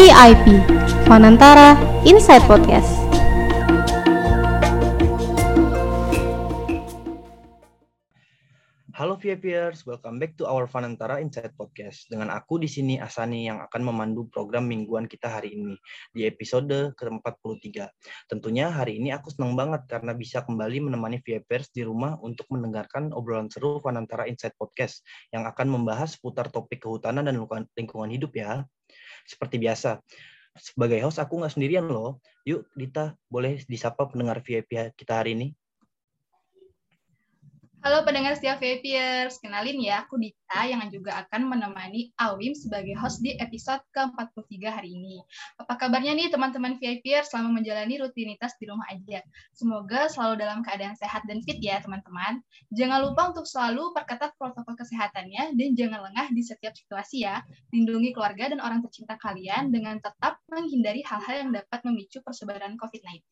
VIP Fanantara Inside Podcast. Halo VIPers, welcome back to our Fanantara Inside Podcast. Dengan aku di sini Asani yang akan memandu program mingguan kita hari ini di episode ke-43. Tentunya hari ini aku senang banget karena bisa kembali menemani VIPers di rumah untuk mendengarkan obrolan seru Fanantara Inside Podcast yang akan membahas seputar topik kehutanan dan lingkungan hidup ya. Seperti biasa, sebagai host aku nggak sendirian loh. Yuk Dita, boleh disapa pendengar VIP kita hari ini? Halo pendengar setia VIPers, kenalin ya, aku Dita yang juga akan menemani Awim sebagai host di episode ke-43 hari ini. Apa kabarnya nih teman-teman VIPers selama menjalani rutinitas di rumah aja? Semoga selalu dalam keadaan sehat dan fit ya teman-teman. Jangan lupa untuk selalu perketat protokol kesehatannya dan jangan lengah di setiap situasi ya. Lindungi keluarga dan orang tercinta kalian dengan tetap menghindari hal-hal yang dapat memicu persebaran COVID-19.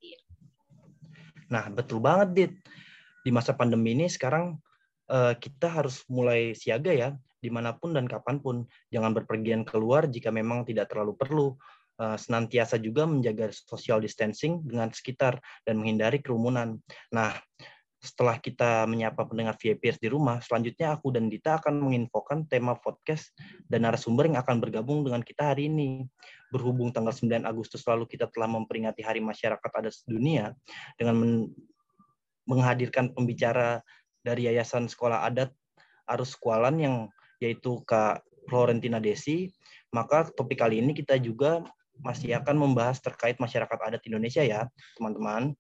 Nah, betul banget, Dit. Di masa pandemi ini sekarang kita harus mulai siaga ya, dimanapun dan kapanpun. Jangan berpergian keluar jika memang tidak terlalu perlu. Senantiasa juga menjaga social distancing dengan sekitar dan menghindari kerumunan. Nah, setelah kita menyapa pendengar VIPers di rumah, selanjutnya aku dan Dita akan menginfokan tema podcast dan narasumber yang akan bergabung dengan kita hari ini. Berhubung tanggal 9 Agustus lalu kita telah memperingati Hari Masyarakat Adat Sedunia dengan menghadirkan pembicara dari Yayasan Sekolah Adat Arus Kualan yang yaitu Kak Florentina Desi, maka topik kali ini kita juga masih akan membahas terkait masyarakat adat Indonesia ya, teman-teman.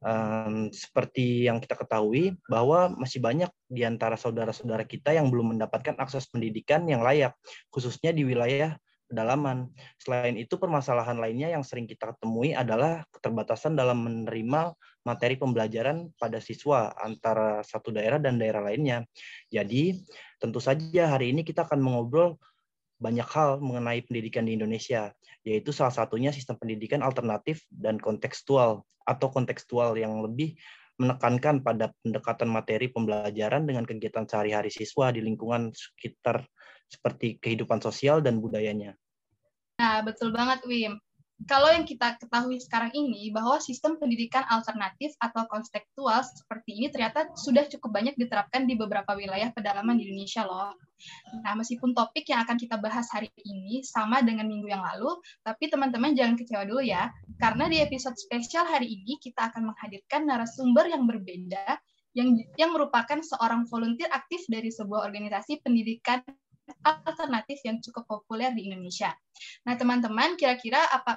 Seperti yang kita ketahui bahwa masih banyak di antara saudara-saudara kita yang belum mendapatkan akses pendidikan yang layak, khususnya di wilayah pedalaman. Selain itu, permasalahan lainnya yang sering kita temui adalah keterbatasan dalam menerima materi pembelajaran pada siswa antara satu daerah dan daerah lainnya. Jadi, tentu saja hari ini kita akan mengobrol banyak hal mengenai pendidikan di Indonesia, yaitu salah satunya sistem pendidikan alternatif dan kontekstual atau kontekstual yang lebih menekankan pada pendekatan materi pembelajaran dengan kegiatan sehari-hari siswa di lingkungan sekitar seperti kehidupan sosial dan budayanya. Nah, betul banget, Wim. Kalau yang kita ketahui sekarang ini, bahwa sistem pendidikan alternatif atau kontekstual seperti ini ternyata sudah cukup banyak diterapkan di beberapa wilayah pedalaman di Indonesia loh. Nah, meskipun topik yang akan kita bahas hari ini sama dengan minggu yang lalu, tapi teman-teman jangan kecewa dulu ya, karena di episode spesial hari ini kita akan menghadirkan narasumber yang berbeda, yang merupakan seorang volunteer aktif dari sebuah organisasi pendidikan alternatif yang cukup populer di Indonesia. Nah, teman-teman, kira-kira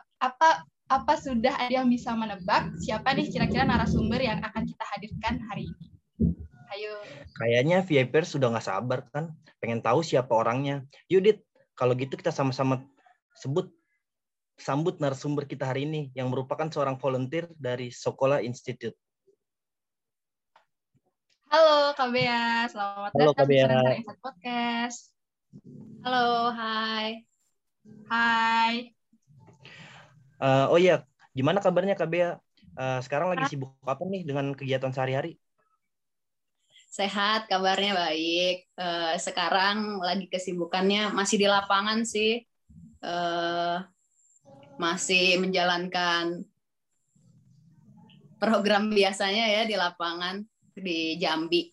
apa sudah ada yang bisa menebak siapa nih kira-kira narasumber yang akan kita hadirkan hari ini? Ayo. Kayaknya VIPers sudah nggak sabar kan, pengen tahu siapa orangnya. Yudit, kalau gitu kita sama-sama sambut narasumber kita hari ini yang merupakan seorang volunteer dari Sekolah Institute. Halo Kak Bea, selamat datang di Fanantara Inside Podcast. Halo, hai. Hai. Oh iya, gimana kabarnya Kak Bea? Sekarang lagi sibuk apa nih dengan kegiatan sehari-hari? Sehat, kabarnya baik. Sekarang lagi kesibukannya masih di lapangan sih. Masih menjalankan program biasanya ya di lapangan di Jambi.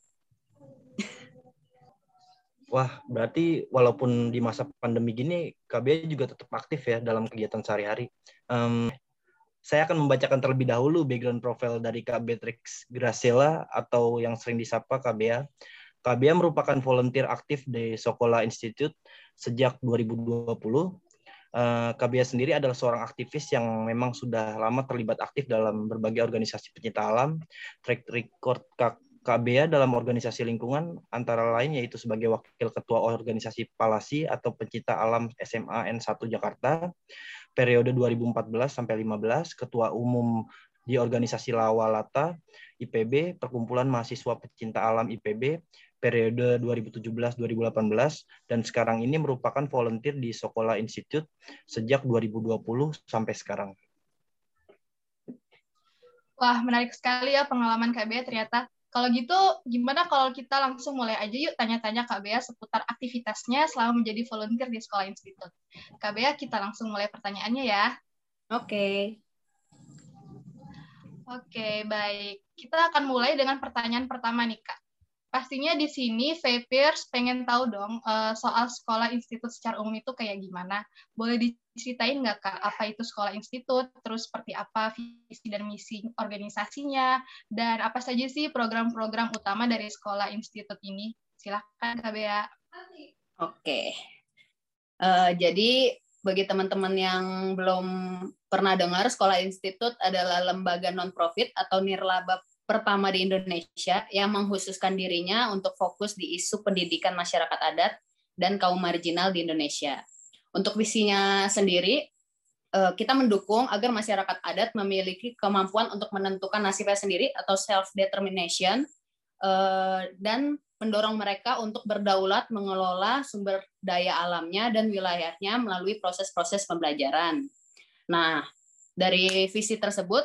Wah, berarti walaupun di masa pandemi gini, KB juga tetap aktif ya dalam kegiatan sehari-hari. Saya akan membacakan terlebih dahulu background profile dari Kak Beatrix Graciela atau yang sering disapa Kak Bea. Kak Bea merupakan volunteer aktif di Sekolah Institute sejak 2020. Kak Bea sendiri adalah seorang aktivis yang memang sudah lama terlibat aktif dalam berbagai organisasi pencinta alam. Track record Kak Bea dalam organisasi lingkungan antara lain yaitu sebagai Wakil Ketua Organisasi Palasi atau Pencinta Alam SMA N1 Jakarta periode 2014 sampai 15, Ketua Umum di Organisasi Lawalata IPB, Perkumpulan Mahasiswa Pecinta Alam IPB periode 2017-2018 dan sekarang ini merupakan volunteer di Sekolah Institute sejak 2020 sampai sekarang. Wah, menarik sekali ya pengalaman Kak Bea ternyata. Kalau gitu, gimana kalau kita langsung mulai aja yuk tanya-tanya Kak Bea seputar aktivitasnya selama menjadi volunteer di Sekolah Institut. Kak Bea, kita langsung mulai pertanyaannya ya. Oke. Oke, baik. Kita akan mulai dengan pertanyaan pertama nih, Kak. Pastinya di sini Vapers pengen tahu dong soal sekolah institut secara umum itu kayak gimana. Boleh diceritain nggak, Kak, apa itu sekolah institut, terus seperti apa visi dan misi organisasinya, dan apa saja sih program-program utama dari sekolah institut ini? Silakan, Kak Bea. Oke. Jadi bagi teman-teman yang belum pernah dengar, Sekolah Institut adalah lembaga non-profit atau nirlaba pertama di Indonesia yang mengkhususkan dirinya untuk fokus di isu pendidikan masyarakat adat dan kaum marginal di Indonesia. Untuk visinya sendiri, kita mendukung agar masyarakat adat memiliki kemampuan untuk menentukan nasibnya sendiri atau self-determination, dan mendorong mereka untuk berdaulat mengelola sumber daya alamnya dan wilayahnya melalui proses-proses pembelajaran. Nah, dari visi tersebut,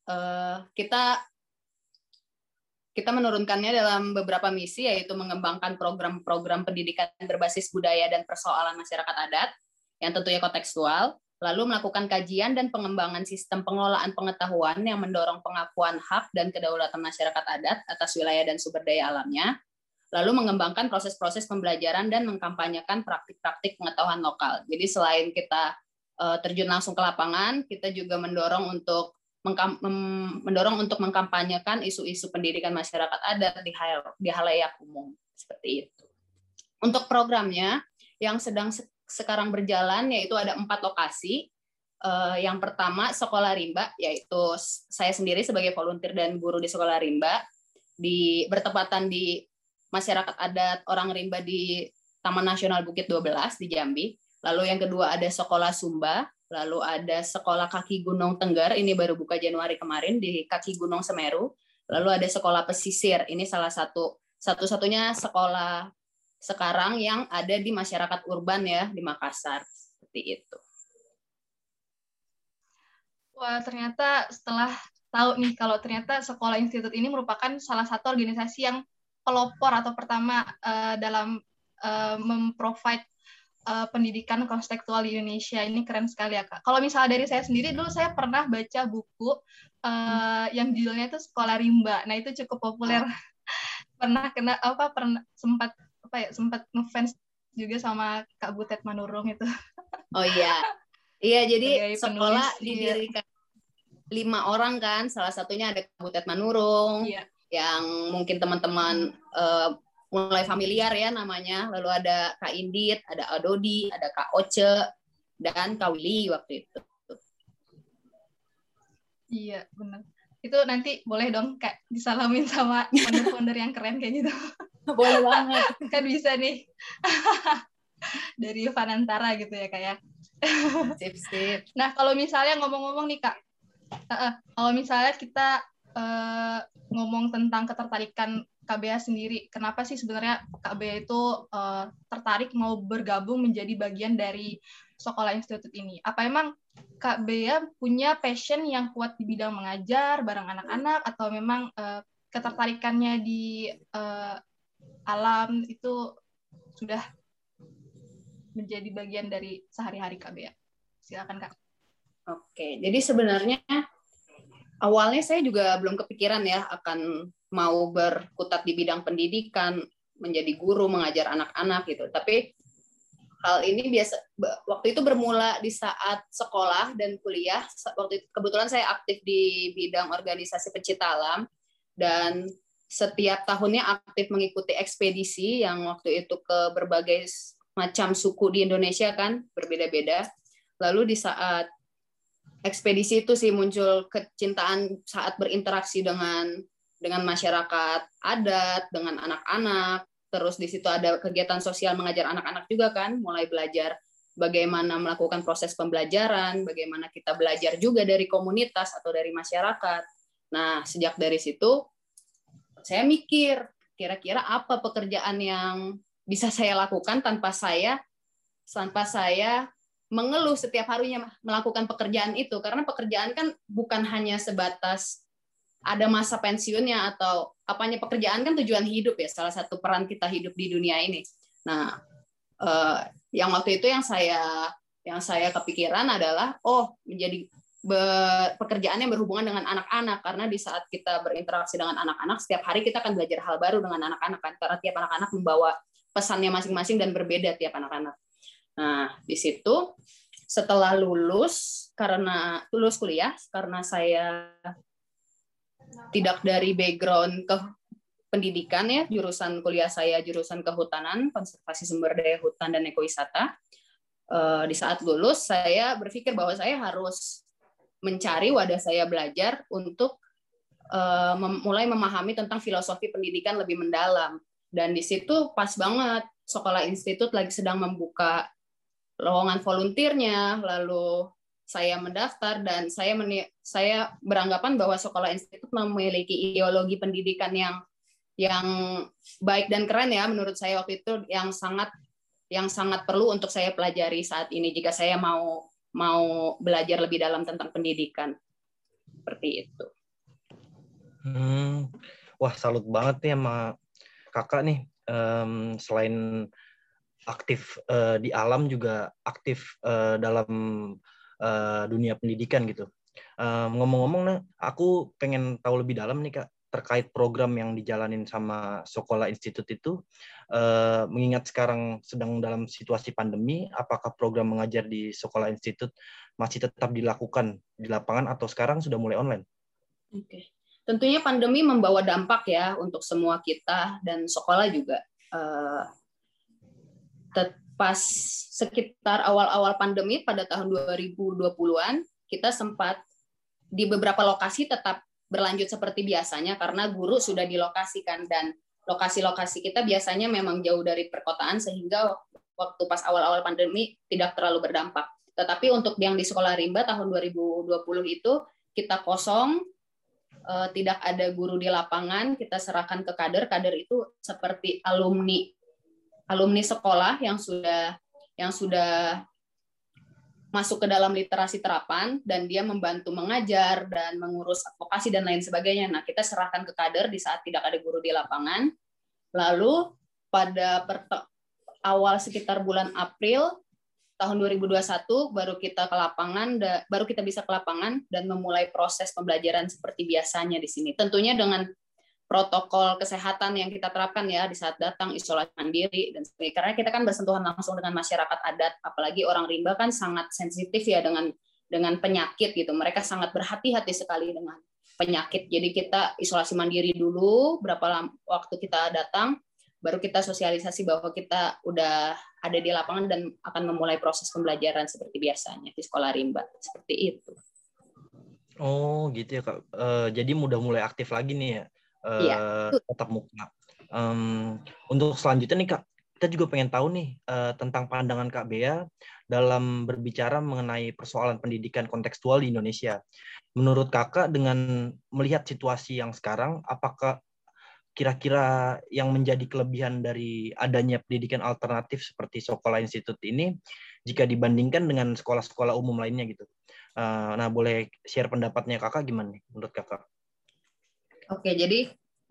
kita menurunkannya dalam beberapa misi, yaitu mengembangkan program-program pendidikan berbasis budaya dan persoalan masyarakat adat, yang tentunya kontekstual, lalu melakukan kajian dan pengembangan sistem pengelolaan pengetahuan yang mendorong pengakuan hak dan kedaulatan masyarakat adat atas wilayah dan sumber daya alamnya, lalu mengembangkan proses-proses pembelajaran dan mengkampanyekan praktik-praktik pengetahuan lokal. Jadi selain kita terjun langsung ke lapangan, kita juga mendorong untuk mengkampanyekan isu-isu pendidikan masyarakat adat di halayak umum, seperti itu. Untuk programnya yang sedang sekarang berjalan, yaitu ada 4 lokasi. Yang pertama Sekolah Rimba, yaitu saya sendiri sebagai volunteer dan guru di Sekolah Rimba, bertepatan di masyarakat adat orang Rimba di Taman Nasional Bukit 12 di Jambi. Lalu yang kedua ada Sekolah Sumba, lalu ada Sekolah Kaki Gunung Tengger, ini baru buka Januari kemarin di kaki Gunung Semeru. Lalu ada Sekolah Pesisir, ini salah satu-satunya sekolah sekarang yang ada di masyarakat urban ya, di Makassar. Seperti itu. Wah, ternyata setelah tahu nih kalau ternyata Sekolah Institut ini merupakan salah satu organisasi yang pelopor atau pertama dalam memprovide pendidikan kontekstual di Indonesia. Ini keren sekali ya, Kak. Kalau misalnya dari saya sendiri, dulu saya pernah baca buku yang judulnya itu Sekolah Rimba. Nah, itu cukup populer. Pernah sempat ngefans juga sama Kak Butet Manurung itu. Oh iya. Iya, jadi sebagai sekolah penulis, didirikan 5 orang kan, salah satunya ada Kak Butet Manurung, iya, yang mungkin teman-teman mulai familiar ya namanya. Lalu ada Kak Indit, ada Adodi, ada Kak Oce, dan Kak Willy waktu itu. Iya, benar. Itu nanti boleh dong Kak disalamin sama founder-founder yang keren kayak gitu. Boleh banget. Kan bisa nih. Dari Fanantara gitu ya, Kak ya. Sip. Nah, kalau misalnya ngomong-ngomong nih, Kak. Kalau misalnya kita ngomong tentang ketertarikan Kak Bea sendiri, kenapa sih sebenarnya Kak Bea itu tertarik mau bergabung menjadi bagian dari Sekolah Institut ini? Apa emang Kak Bea punya passion yang kuat di bidang mengajar bareng anak-anak, atau memang ketertarikannya di alam itu sudah menjadi bagian dari sehari-hari Kak Bea? Silakan, Kak. Oke, jadi sebenarnya awalnya saya juga belum kepikiran ya akan mau berkutat di bidang pendidikan, menjadi guru, mengajar anak-anak gitu. Tapi hal ini waktu itu bermula di saat sekolah dan kuliah. Waktu itu kebetulan saya aktif di bidang organisasi pecinta alam, dan setiap tahunnya aktif mengikuti ekspedisi yang waktu itu ke berbagai macam suku di Indonesia kan, berbeda-beda. Lalu di saat ekspedisi itu sih muncul kecintaan saat berinteraksi dengan masyarakat adat, dengan anak-anak. Terus di situ ada kegiatan sosial mengajar anak-anak juga kan, mulai belajar bagaimana melakukan proses pembelajaran, bagaimana kita belajar juga dari komunitas atau dari masyarakat. Nah, sejak dari situ saya mikir, kira-kira apa pekerjaan yang bisa saya lakukan tanpa saya mengeluh setiap harinya melakukan pekerjaan itu, karena pekerjaan kan bukan hanya sebatas ada masa pensiunnya atau apanya. Pekerjaan kan tujuan hidup ya, salah satu peran kita hidup di dunia ini. Nah, yang waktu itu yang saya kepikiran adalah menjadi pekerjaan yang berhubungan dengan anak-anak, karena di saat kita berinteraksi dengan anak-anak setiap hari kita akan belajar hal baru dengan anak-anak kan, karena tiap anak-anak membawa pesannya masing-masing dan berbeda tiap anak-anak. Nah, di situ setelah lulus kuliah, karena saya tidak dari background ke pendidikan ya, jurusan kuliah saya jurusan kehutanan, konservasi sumber daya hutan dan ekowisata. Di saat lulus saya berpikir bahwa saya harus mencari wadah saya belajar untuk mulai memahami tentang filosofi pendidikan lebih mendalam. Dan di situ pas banget Sekolah Institut lagi sedang membuka lowongan volunteernya, lalu saya mendaftar dan saya beranggapan bahwa Sekolah Institut memiliki ideologi pendidikan yang baik dan keren ya menurut saya waktu itu, yang sangat perlu untuk saya pelajari saat ini jika saya mau belajar lebih dalam tentang pendidikan. Seperti itu. Wah, salut banget nih sama kakak nih. Selain aktif di alam juga aktif dalam dunia pendidikan gitu. Ngomong-ngomong nih, aku pengen tahu lebih dalam nih Kak terkait program yang dijalanin sama Sekolah Institut itu. Mengingat sekarang sedang dalam situasi pandemi, apakah program mengajar di Sekolah Institut masih tetap dilakukan di lapangan atau sekarang sudah mulai online? Oke. Tentunya pandemi membawa dampak ya untuk semua kita dan sekolah juga. Pas sekitar awal-awal pandemi pada tahun 2020-an, kita sempat di beberapa lokasi tetap berlanjut seperti biasanya karena guru sudah dilokasikan, dan lokasi-lokasi kita biasanya memang jauh dari perkotaan sehingga waktu pas awal-awal pandemi tidak terlalu berdampak. Tetapi untuk yang di Sekolah Rimba tahun 2020 itu kita kosong, tidak ada guru di lapangan, kita serahkan ke kader. Kader itu seperti alumni sekolah yang sudah masuk ke dalam literasi terapan dan dia membantu mengajar dan mengurus advokasi dan lain sebagainya. Nah, kita serahkan ke kader di saat tidak ada guru di lapangan. Lalu pada awal sekitar bulan April tahun 2021 baru kita bisa ke lapangan dan memulai proses pembelajaran seperti biasanya di sini. Tentunya dengan protokol kesehatan yang kita terapkan ya di saat datang, isolasi mandiri dan sebagainya. Karena kita kan bersentuhan langsung dengan masyarakat adat, apalagi orang rimba kan sangat sensitif ya dengan penyakit gitu. Mereka sangat berhati-hati sekali dengan penyakit. Jadi kita isolasi mandiri dulu, waktu kita datang, baru kita sosialisasi bahwa kita udah ada di lapangan dan akan memulai proses pembelajaran seperti biasanya di Sekolah Rimba. Seperti itu. Oh gitu ya Kak. Jadi udah mulai aktif lagi nih ya. Iya. Tetap muka. Untuk selanjutnya nih Kak, kita juga pengen tahu nih tentang pandangan Kak Bea dalam berbicara mengenai persoalan pendidikan kontekstual di Indonesia. Menurut Kakak dengan melihat situasi yang sekarang, apakah kira-kira yang menjadi kelebihan dari adanya pendidikan alternatif seperti Sekolah Institut ini jika dibandingkan dengan sekolah-sekolah umum lainnya gitu? Nah, boleh share pendapatnya Kakak gimana nih menurut Kakak? Oke, jadi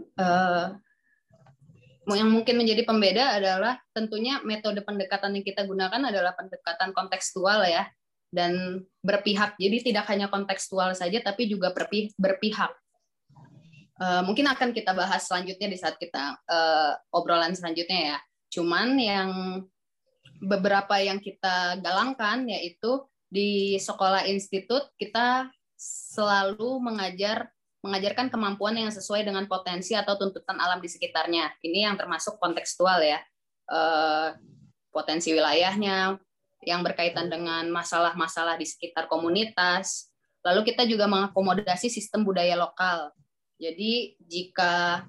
yang mungkin menjadi pembeda adalah tentunya metode pendekatan yang kita gunakan adalah pendekatan kontekstual ya, dan berpihak. Jadi tidak hanya kontekstual saja, tapi juga berpihak. Mungkin akan kita bahas selanjutnya di saat kita obrolan selanjutnya ya. Cuman yang beberapa yang kita galangkan yaitu di Sekolah Institut kita selalu mengajarkan kemampuan yang sesuai dengan potensi atau tuntutan alam di sekitarnya. Ini yang termasuk kontekstual ya. Potensi wilayahnya yang berkaitan dengan masalah-masalah di sekitar komunitas. Lalu kita juga mengakomodasi sistem budaya lokal. Jadi jika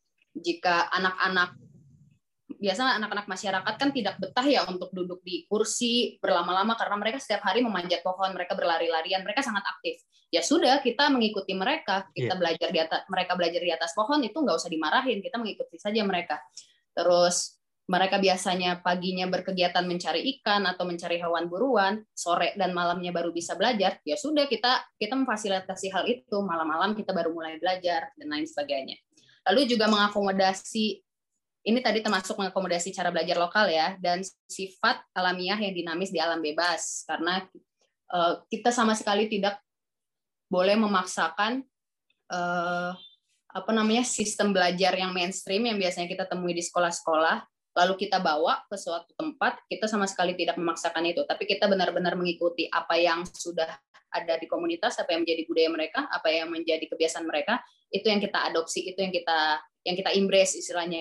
biasanya anak-anak masyarakat kan tidak betah ya untuk duduk di kursi berlama-lama karena mereka setiap hari memanjat pohon, mereka berlari-larian, mereka sangat aktif. Ya sudah, kita mengikuti mereka, mereka belajar di atas pohon itu nggak usah dimarahin, kita mengikuti saja mereka. Terus mereka biasanya paginya berkegiatan mencari ikan atau mencari hewan buruan, sore dan malamnya baru bisa belajar, ya sudah kita memfasilitasi hal itu, malam-malam kita baru mulai belajar dan lain sebagainya. Lalu juga mengakomodasi, ini tadi termasuk mengakomodasi cara belajar lokal ya, dan sifat alamiah yang dinamis di alam bebas, karena kita sama sekali tidak boleh memaksakan sistem belajar yang mainstream yang biasanya kita temui di sekolah-sekolah, lalu kita bawa ke suatu tempat, kita sama sekali tidak memaksakan itu, tapi kita benar-benar mengikuti apa yang sudah ada di komunitas, apa yang menjadi budaya mereka, apa yang menjadi kebiasaan mereka, itu yang kita adopsi, itu yang kita embrace istilahnya,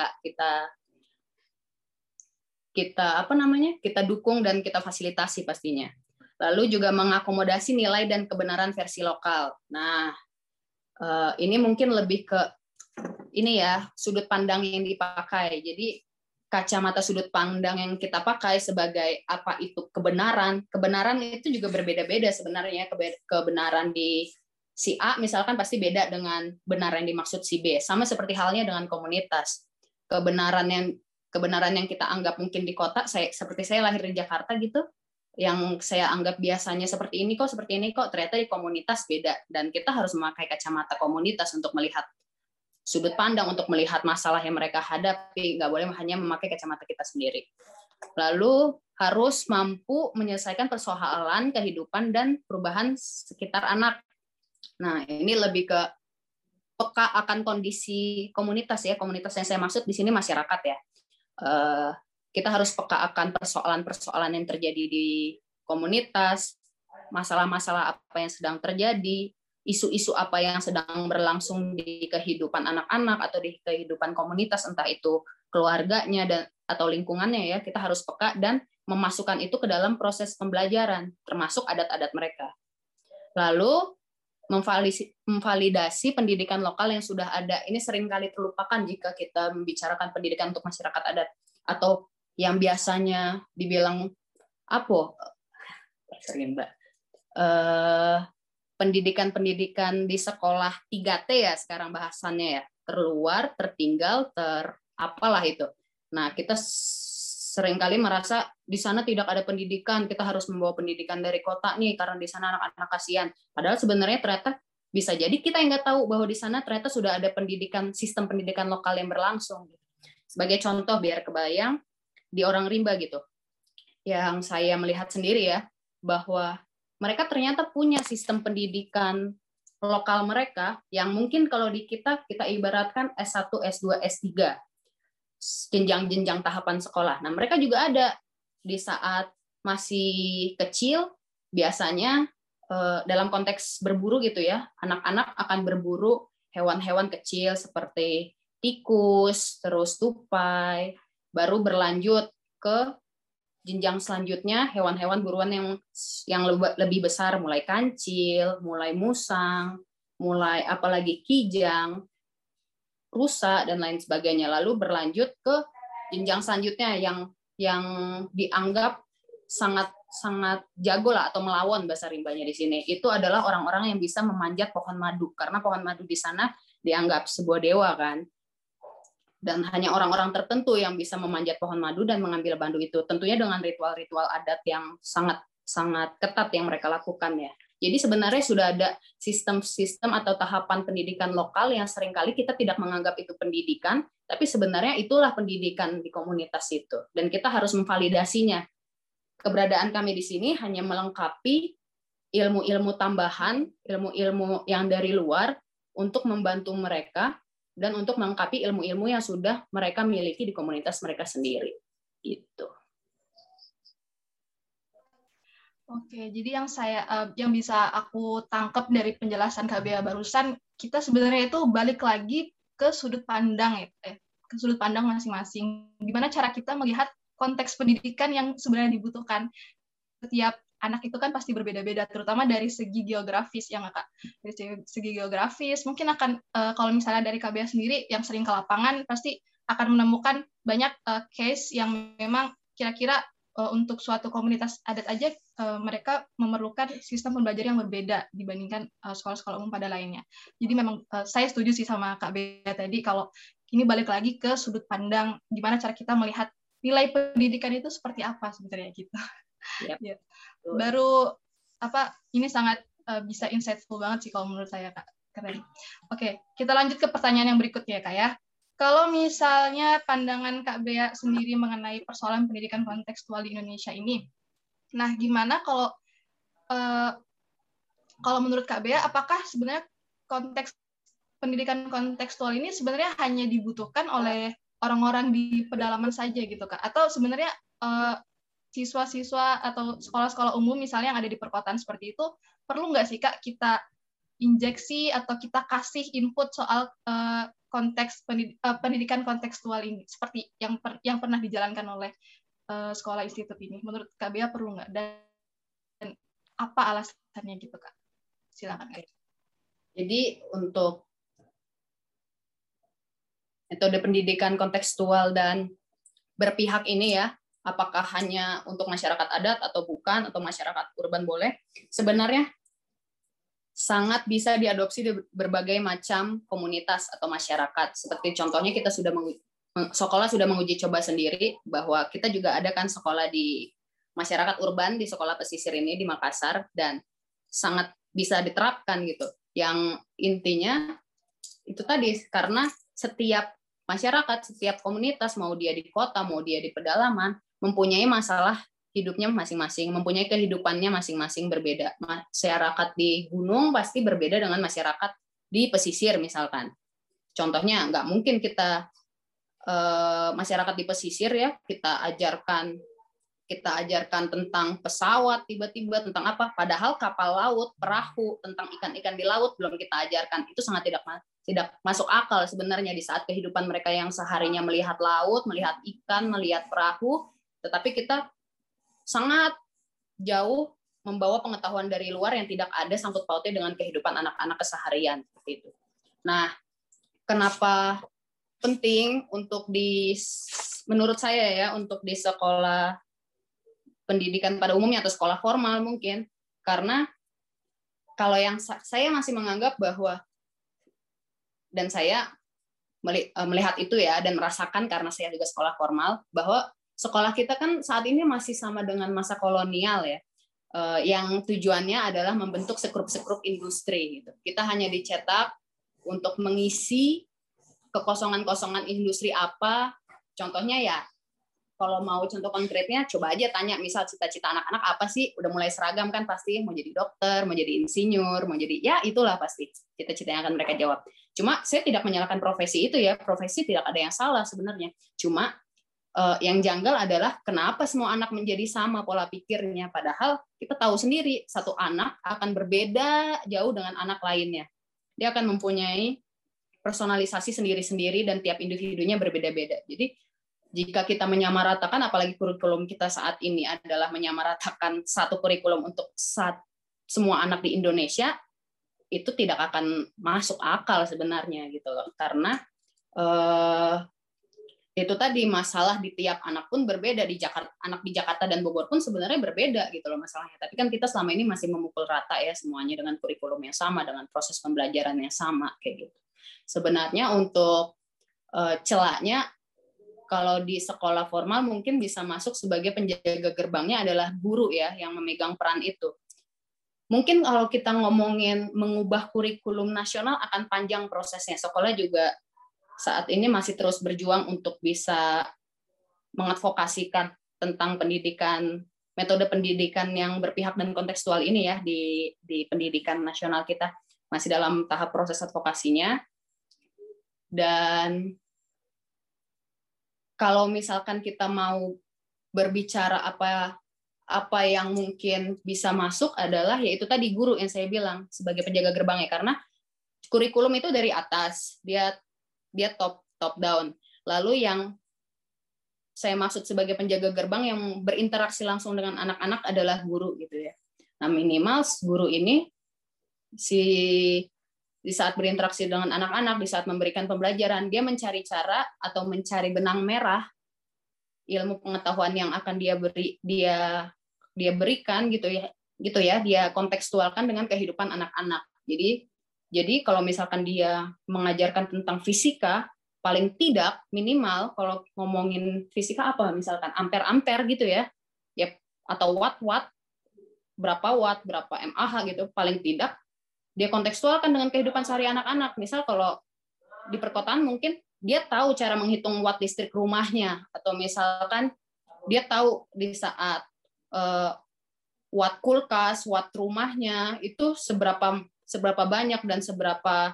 kita dukung dan kita fasilitasi pastinya. Lalu juga mengakomodasi nilai dan kebenaran versi lokal. Nah, ini mungkin lebih ke sudut pandang yang dipakai. Jadi kacamata sudut pandang yang kita pakai sebagai apa itu kebenaran. Kebenaran itu juga berbeda-beda sebenarnya. Kebenaran di si A misalkan pasti beda dengan benar yang dimaksud si B. Sama seperti halnya dengan komunitas. Kebenaran yang kita anggap mungkin di kota, seperti saya lahir di Jakarta gitu, yang saya anggap biasanya seperti ini kok, ternyata di komunitas beda. Dan kita harus memakai kacamata komunitas untuk melihat sudut pandang, untuk melihat masalah yang mereka hadapi, nggak boleh hanya memakai kacamata kita sendiri. Lalu harus mampu menyelesaikan persoalan kehidupan dan perubahan sekitar anak. Nah, ini lebih ke peka akan kondisi komunitas ya. Komunitas yang saya maksud di sini masyarakat ya. Kita harus peka akan persoalan-persoalan yang terjadi di komunitas, masalah-masalah apa yang sedang terjadi, isu-isu apa yang sedang berlangsung di kehidupan anak-anak atau di kehidupan komunitas, entah itu keluarganya atau lingkungannya ya, kita harus peka dan memasukkan itu ke dalam proses pembelajaran, termasuk adat-adat mereka. Lalu memvalidasi pendidikan lokal yang sudah ada. Ini seringkali terlupakan jika kita membicarakan pendidikan untuk masyarakat adat, atau yang biasanya dibilang pendidikan di sekolah 3T ya sekarang bahasannya ya, terluar, tertinggal, apalah itu. Nah, kita seringkali merasa di sana tidak ada pendidikan, kita harus membawa pendidikan dari kota nih karena di sana anak-anak kasihan. Padahal sebenarnya ternyata bisa jadi kita yang nggak tahu bahwa di sana ternyata sudah ada sistem pendidikan lokal yang berlangsung. Sebagai contoh biar kebayang, di Orang Rimba gitu, yang saya melihat sendiri ya, bahwa mereka ternyata punya sistem pendidikan lokal mereka yang mungkin kalau di kita ibaratkan S1, S2, S3, jenjang-jenjang tahapan sekolah. Nah, mereka juga ada di saat masih kecil, biasanya dalam konteks berburu gitu ya, anak-anak akan berburu hewan-hewan kecil seperti tikus, terus tupai, baru berlanjut ke jenjang selanjutnya hewan-hewan buruan yang lebih besar, mulai kancil, mulai musang, mulai apalagi kijang, rusa dan lain sebagainya. Lalu berlanjut ke jenjang selanjutnya yang dianggap sangat jago lah atau melawan bahasa rimbanya di sini. Itu adalah orang-orang yang bisa memanjat pohon madu, karena pohon madu di sana dianggap sebuah dewa kan. Dan hanya orang-orang tertentu yang bisa memanjat pohon madu dan mengambil madu itu, tentunya dengan ritual-ritual adat yang sangat ketat yang mereka lakukan ya. Jadi sebenarnya sudah ada sistem-sistem atau tahapan pendidikan lokal yang seringkali kita tidak menganggap itu pendidikan, tapi sebenarnya itulah pendidikan di komunitas itu. Dan kita harus memvalidasinya. Keberadaan kami di sini hanya melengkapi ilmu-ilmu tambahan, ilmu-ilmu yang dari luar untuk membantu mereka dan untuk melengkapi ilmu-ilmu yang sudah mereka miliki di komunitas mereka sendiri. Gitu. Oke, jadi yang bisa aku tangkap dari penjelasan Kak Bea barusan, kita sebenarnya itu balik lagi ke sudut pandang ke sudut pandang masing-masing. Gimana cara kita melihat konteks pendidikan yang sebenarnya dibutuhkan. Setiap anak itu kan pasti berbeda-beda, terutama dari segi geografis ya Kak. Dari segi geografis, mungkin akan kalau misalnya dari Kak Bea sendiri yang sering ke lapangan pasti akan menemukan banyak case yang memang kira-kira untuk suatu komunitas adat aja mereka memerlukan sistem pembelajaran yang berbeda dibandingkan sekolah-sekolah umum pada lainnya. Jadi memang saya setuju sih sama Kak Bea tadi kalau ini balik lagi ke sudut pandang gimana cara kita melihat nilai pendidikan itu seperti apa sebenarnya gitu. Yep. Ya. Baru ini sangat bisa insightful banget sih kalau menurut saya, Kak. Keren. Oke, kita lanjut ke pertanyaan yang berikutnya, Kak ya. Kalau misalnya pandangan Kak Bea sendiri mengenai persoalan pendidikan kontekstual di Indonesia ini, nah gimana kalau menurut Kak Bea, apakah sebenarnya konteks pendidikan kontekstual ini sebenarnya hanya dibutuhkan oleh orang-orang di pedalaman saja gitu, Kak? Atau sebenarnya siswa-siswa atau sekolah-sekolah umum misalnya yang ada di perkotaan seperti itu, perlu nggak sih, Kak, kita injeksi atau kita kasih input soal konteks pendidikan kontekstual ini, seperti yang pernah dijalankan oleh sekolah institut ini? Menurut Kak Bea perlu nggak? Dan apa alasannya gitu, Kak? Silakan. Kak. Jadi untuk metode pendidikan kontekstual dan berpihak ini ya, apakah hanya untuk masyarakat adat atau bukan, atau masyarakat urban boleh, sebenarnya sangat bisa diadopsi di berbagai macam komunitas atau masyarakat. Seperti contohnya kita sekolah sudah menguji coba sendiri bahwa kita juga ada kan sekolah di masyarakat urban di sekolah pesisir ini di Makassar, dan sangat bisa diterapkan gitu. Yang intinya itu tadi, karena setiap masyarakat, setiap komunitas, mau dia di kota, mau dia di pedalaman, mempunyai masalah hidupnya masing-masing, mempunyai kehidupannya masing-masing berbeda. Masyarakat di gunung pasti berbeda dengan masyarakat di pesisir misalkan. Contohnya, nggak mungkin kita masyarakat di pesisir ya kita ajarkan tentang pesawat tiba-tiba, tentang apa, padahal kapal laut, perahu, tentang ikan-ikan di laut belum kita ajarkan. Itu sangat tidak masuk akal sebenarnya di saat kehidupan mereka yang seharinya melihat laut, melihat ikan, melihat perahu, tetapi kita sangat jauh membawa pengetahuan dari luar yang tidak ada sangkut pautnya dengan kehidupan anak-anak keseharian seperti itu. Nah, kenapa penting untuk menurut saya ya, untuk di sekolah pendidikan pada umumnya atau sekolah formal mungkin, karena kalau yang saya masih menganggap bahwa, dan saya melihat itu ya dan merasakan karena saya juga sekolah formal, bahwa sekolah kita kan saat ini masih sama dengan masa kolonial ya, yang tujuannya adalah membentuk sekrup-sekrup industri gitu. Kita hanya dicetak untuk mengisi kekosongan-kosongan industri apa. Contohnya ya, kalau mau contoh konkretnya, coba aja tanya misal cita-cita anak-anak apa sih, udah mulai seragam kan pasti, mau jadi dokter, mau jadi insinyur, mau jadi, ya itulah pasti cita-cita yang akan mereka jawab. Cuma saya tidak menyalahkan profesi itu ya, profesi tidak ada yang salah sebenarnya. Cuma yang janggal adalah kenapa semua anak menjadi sama pola pikirnya, padahal kita tahu sendiri satu anak akan berbeda jauh dengan anak lainnya. Dia akan mempunyai personalisasi sendiri-sendiri dan tiap individunya berbeda-beda. Jadi jika kita menyamaratakan, apalagi kurikulum kita saat ini adalah menyamaratakan satu kurikulum untuk semua anak di Indonesia, itu tidak akan masuk akal sebenarnya gitu loh. Karena itu tadi masalah di tiap anak pun berbeda, di Jakarta, anak di Jakarta dan Bogor pun sebenarnya berbeda gitu loh masalahnya. Tapi kan kita selama ini masih memukul rata ya semuanya dengan kurikulum yang sama, dengan proses pembelajaran yang sama kayak gitu. Sebenarnya untuk celahnya kalau di sekolah formal mungkin bisa masuk sebagai penjaga gerbangnya adalah guru ya yang memegang peran itu. Mungkin kalau kita ngomongin mengubah kurikulum nasional akan panjang prosesnya. Sekolah juga saat ini masih terus berjuang untuk bisa mengadvokasikan tentang pendidikan, metode pendidikan yang berpihak dan kontekstual ini ya di pendidikan nasional kita. Masih dalam tahap proses advokasinya. Dan kalau misalkan kita mau berbicara apa yang mungkin bisa masuk adalah yaitu tadi guru yang saya bilang sebagai penjaga gerbangnya, karena kurikulum itu dari atas, dia top down. Lalu yang saya maksud sebagai penjaga gerbang yang berinteraksi langsung dengan anak-anak adalah guru gitu ya. Nah, minimal guru ini di saat berinteraksi dengan anak-anak, di saat memberikan pembelajaran, dia mencari cara atau mencari benang merah ilmu pengetahuan yang akan dia berikan gitu ya, dia kontekstualkan dengan kehidupan anak-anak. Jadi kalau misalkan dia mengajarkan tentang fisika, paling tidak minimal kalau ngomongin fisika apa misalkan ampere gitu ya, atau watt watt berapa mAh gitu, paling tidak dia kontekstualkan dengan kehidupan sehari anak-anak. Misal kalau di perkotaan mungkin dia tahu cara menghitung watt listrik rumahnya, atau misalkan dia tahu di saat watt kulkas, watt rumahnya itu seberapa banyak dan seberapa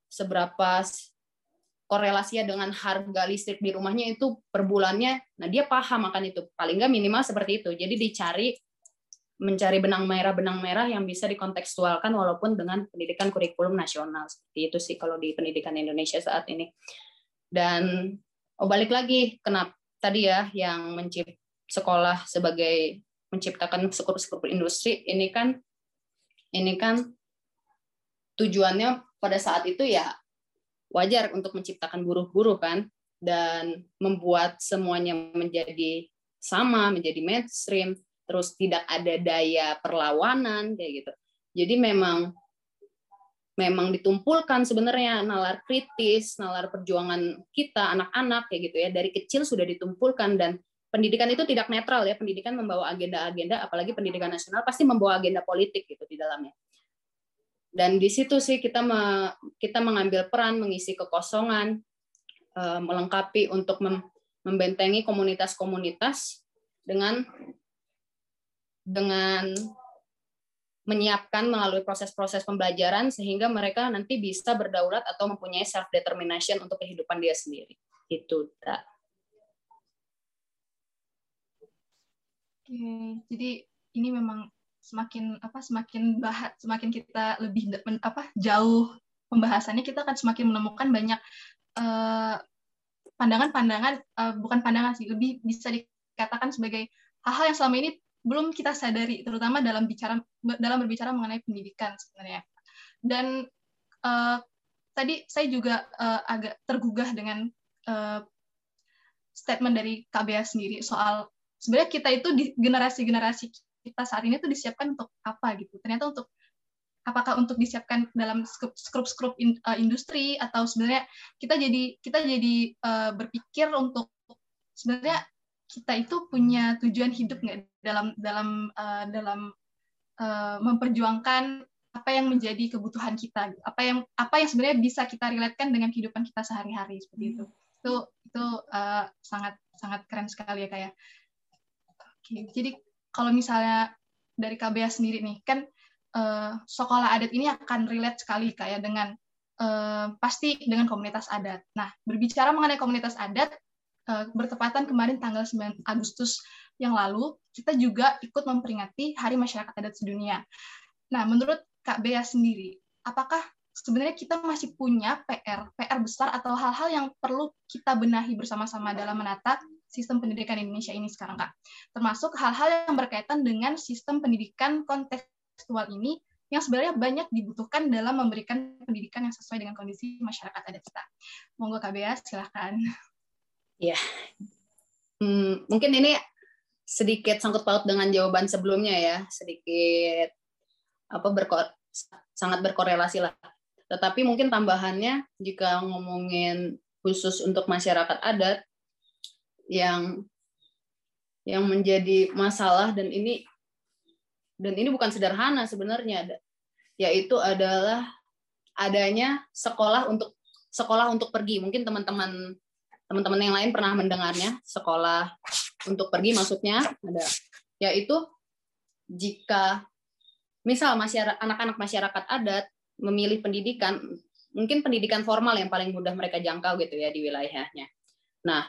korelasinya dengan harga listrik di rumahnya itu per bulannya. Nah, dia paham akan itu. Paling nggak minimal seperti itu. Jadi mencari benang merah yang bisa dikontekstualkan walaupun dengan pendidikan kurikulum nasional. Seperti itu sih kalau di pendidikan Indonesia saat ini. Dan balik lagi kenapa tadi ya yang sekolah sebagai menciptakan skup-skup industri ini kan tujuannya pada saat itu ya wajar untuk menciptakan buruh-buruh kan, dan membuat semuanya menjadi sama, menjadi mainstream, terus tidak ada daya perlawanan kayak gitu. Jadi memang ditumpulkan sebenarnya nalar kritis, nalar perjuangan kita anak-anak kayak gitu ya, dari kecil sudah ditumpulkan. Dan pendidikan itu tidak netral ya, pendidikan membawa agenda-agenda, apalagi pendidikan nasional pasti membawa agenda politik gitu di dalamnya. Dan di situ sih kita mengambil peran, mengisi kekosongan, melengkapi untuk membentengi komunitas-komunitas dengan menyiapkan melalui proses-proses pembelajaran sehingga mereka nanti bisa berdaulat atau mempunyai self determination untuk kehidupan dia sendiri. Itu tak. Oke, jadi ini memang semakin kita lebih jauh pembahasannya, kita akan semakin menemukan banyak pandangan-pandangan, bukan pandangan sih, lebih bisa dikatakan sebagai hal-hal yang selama ini belum kita sadari, terutama dalam berbicara mengenai pendidikan sebenarnya. Dan tadi saya juga agak tergugah dengan statement dari KBA sendiri soal sebenarnya kita itu di generasi kita saat ini tuh disiapkan untuk apa gitu. Ternyata apakah untuk disiapkan dalam skrup industri, atau sebenarnya kita jadi berpikir untuk sebenarnya kita itu punya tujuan hidup nggak dalam memperjuangkan apa yang menjadi kebutuhan kita, apa yang sebenarnya bisa kita relatekan dengan kehidupan kita sehari-hari seperti itu. Itu sangat sangat keren sekali ya kayak. Oke, jadi kalau misalnya dari KBA sendiri nih, kan sekolah adat ini akan relate sekali kayak dengan pasti dengan komunitas adat. Nah, berbicara mengenai komunitas adat, bertepatan kemarin tanggal 9 Agustus yang lalu, kita juga ikut memperingati Hari Masyarakat Adat Sedunia. Nah, menurut KBA sendiri, apakah sebenarnya kita masih punya PR besar atau hal-hal yang perlu kita benahi bersama-sama dalam menata sistem pendidikan Indonesia ini sekarang, Kak? Termasuk hal-hal yang berkaitan dengan sistem pendidikan kontekstual ini yang sebenarnya banyak dibutuhkan dalam memberikan pendidikan yang sesuai dengan kondisi masyarakat adat kita. Monggo KBA, silahkan. Ya, mungkin ini sedikit sangkut paut dengan jawaban sebelumnya ya, sedikit sangat berkorelasi lah. Tetapi mungkin tambahannya jika ngomongin khusus untuk masyarakat adat yang menjadi masalah, dan ini bukan sederhana sebenarnya, yaitu adalah adanya sekolah untuk pergi. Mungkin teman-teman yang lain pernah mendengarnya, sekolah untuk pergi maksudnya ada, yaitu jika misal anak-anak masyarakat adat memilih pendidikan, mungkin pendidikan formal yang paling mudah mereka jangkau gitu ya di wilayahnya. Nah,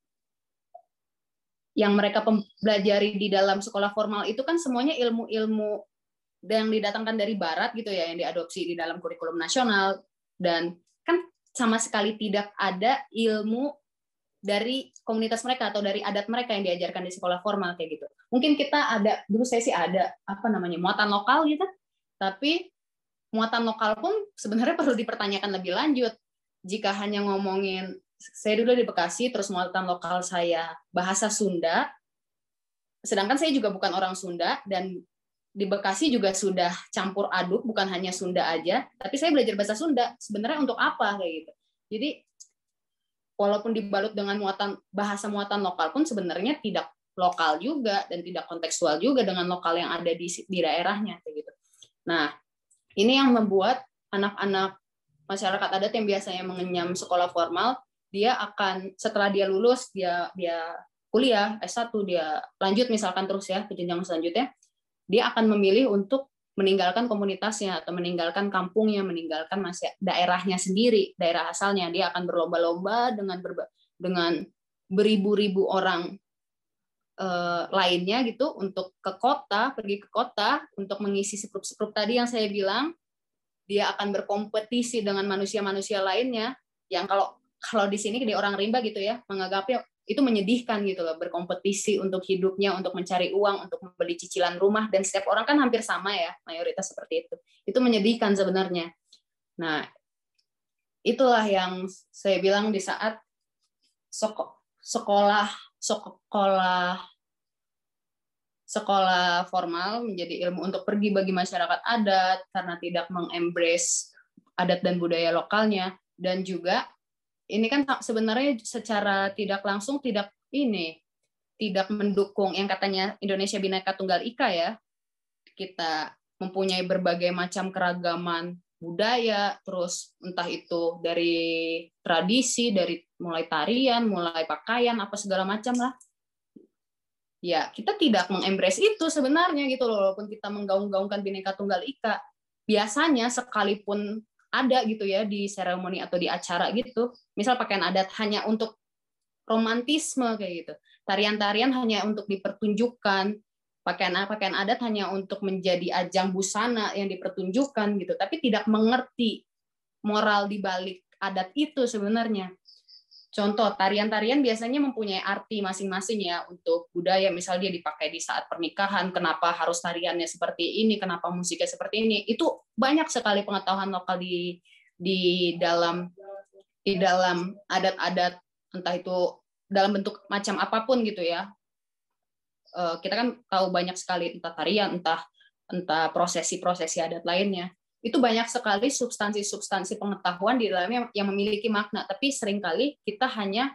yang mereka pelajari di dalam sekolah formal itu kan semuanya ilmu-ilmu yang didatangkan dari barat gitu ya, yang diadopsi di dalam kurikulum nasional, dan kan sama sekali tidak ada ilmu dari komunitas mereka atau dari adat mereka yang diajarkan di sekolah formal kayak gitu. Mungkin kita ada, dulu saya sih ada muatan lokal gitu, tapi muatan lokal pun sebenarnya perlu dipertanyakan lebih lanjut. Jika hanya ngomongin, saya dulu di Bekasi, terus muatan lokal saya bahasa Sunda, sedangkan saya juga bukan orang Sunda, dan di Bekasi juga sudah campur aduk, bukan hanya Sunda aja, tapi saya belajar bahasa Sunda, sebenarnya untuk apa kayak gitu. Jadi walaupun dibalut dengan bahasa muatan lokal pun sebenarnya tidak lokal juga dan tidak kontekstual juga dengan lokal yang ada di daerahnya kayak gitu. Nah, ini yang membuat anak-anak masyarakat adat yang biasanya mengenyam sekolah formal, dia akan setelah dia lulus, dia kuliah S1, dia lanjut misalkan terus ya ke jenjang selanjutnya, dia akan memilih untuk meninggalkan komunitasnya atau meninggalkan kampungnya, meninggalkan daerahnya sendiri, daerah asalnya. Dia akan berlomba-lomba dengan beribu-ribu orang lainnya gitu untuk pergi ke kota untuk mengisi sekrup-sekrup tadi yang saya bilang. Dia akan berkompetisi dengan manusia-manusia lainnya yang kalau di sini di orang rimba gitu ya, menganggapnya itu menyedihkan gitu loh, berkompetisi untuk hidupnya, untuk mencari uang, untuk membeli cicilan rumah, dan setiap orang kan hampir sama ya, mayoritas seperti itu. Itu menyedihkan sebenarnya. Nah, itulah yang saya bilang di saat sekolah formal menjadi ilmu untuk pergi bagi masyarakat adat karena tidak mengembrace adat dan budaya lokalnya, dan juga ini kan sebenarnya secara tidak langsung tidak mendukung yang katanya Indonesia Bhinneka Tunggal Ika ya. Kita mempunyai berbagai macam keragaman budaya, terus entah itu dari tradisi, dari mulai tarian, mulai pakaian, apa segala macam lah. Ya, kita tidak mengembrace itu sebenarnya gitu loh, walaupun kita menggaung-gaungkan Bhinneka Tunggal Ika. Biasanya sekalipun ada gitu ya di seremoni atau di acara gitu, misal pakaian adat hanya untuk romantisme kayak gitu, tarian-tarian hanya untuk dipertunjukkan, pakaian adat hanya untuk menjadi ajang busana yang dipertunjukkan gitu, tapi tidak mengerti moral di balik adat itu sebenarnya. Contoh, tarian-tarian biasanya mempunyai arti masing-masing ya untuk budaya. Misal dia dipakai di saat pernikahan, kenapa harus tariannya seperti ini, kenapa musiknya seperti ini. Itu banyak sekali pengetahuan lokal di dalam adat-adat, entah itu dalam bentuk macam apapun gitu ya. Kita kan tahu banyak sekali entah tarian, entah prosesi-prosesi adat lainnya. Itu banyak sekali substansi pengetahuan di dalamnya yang memiliki makna, tapi seringkali kita hanya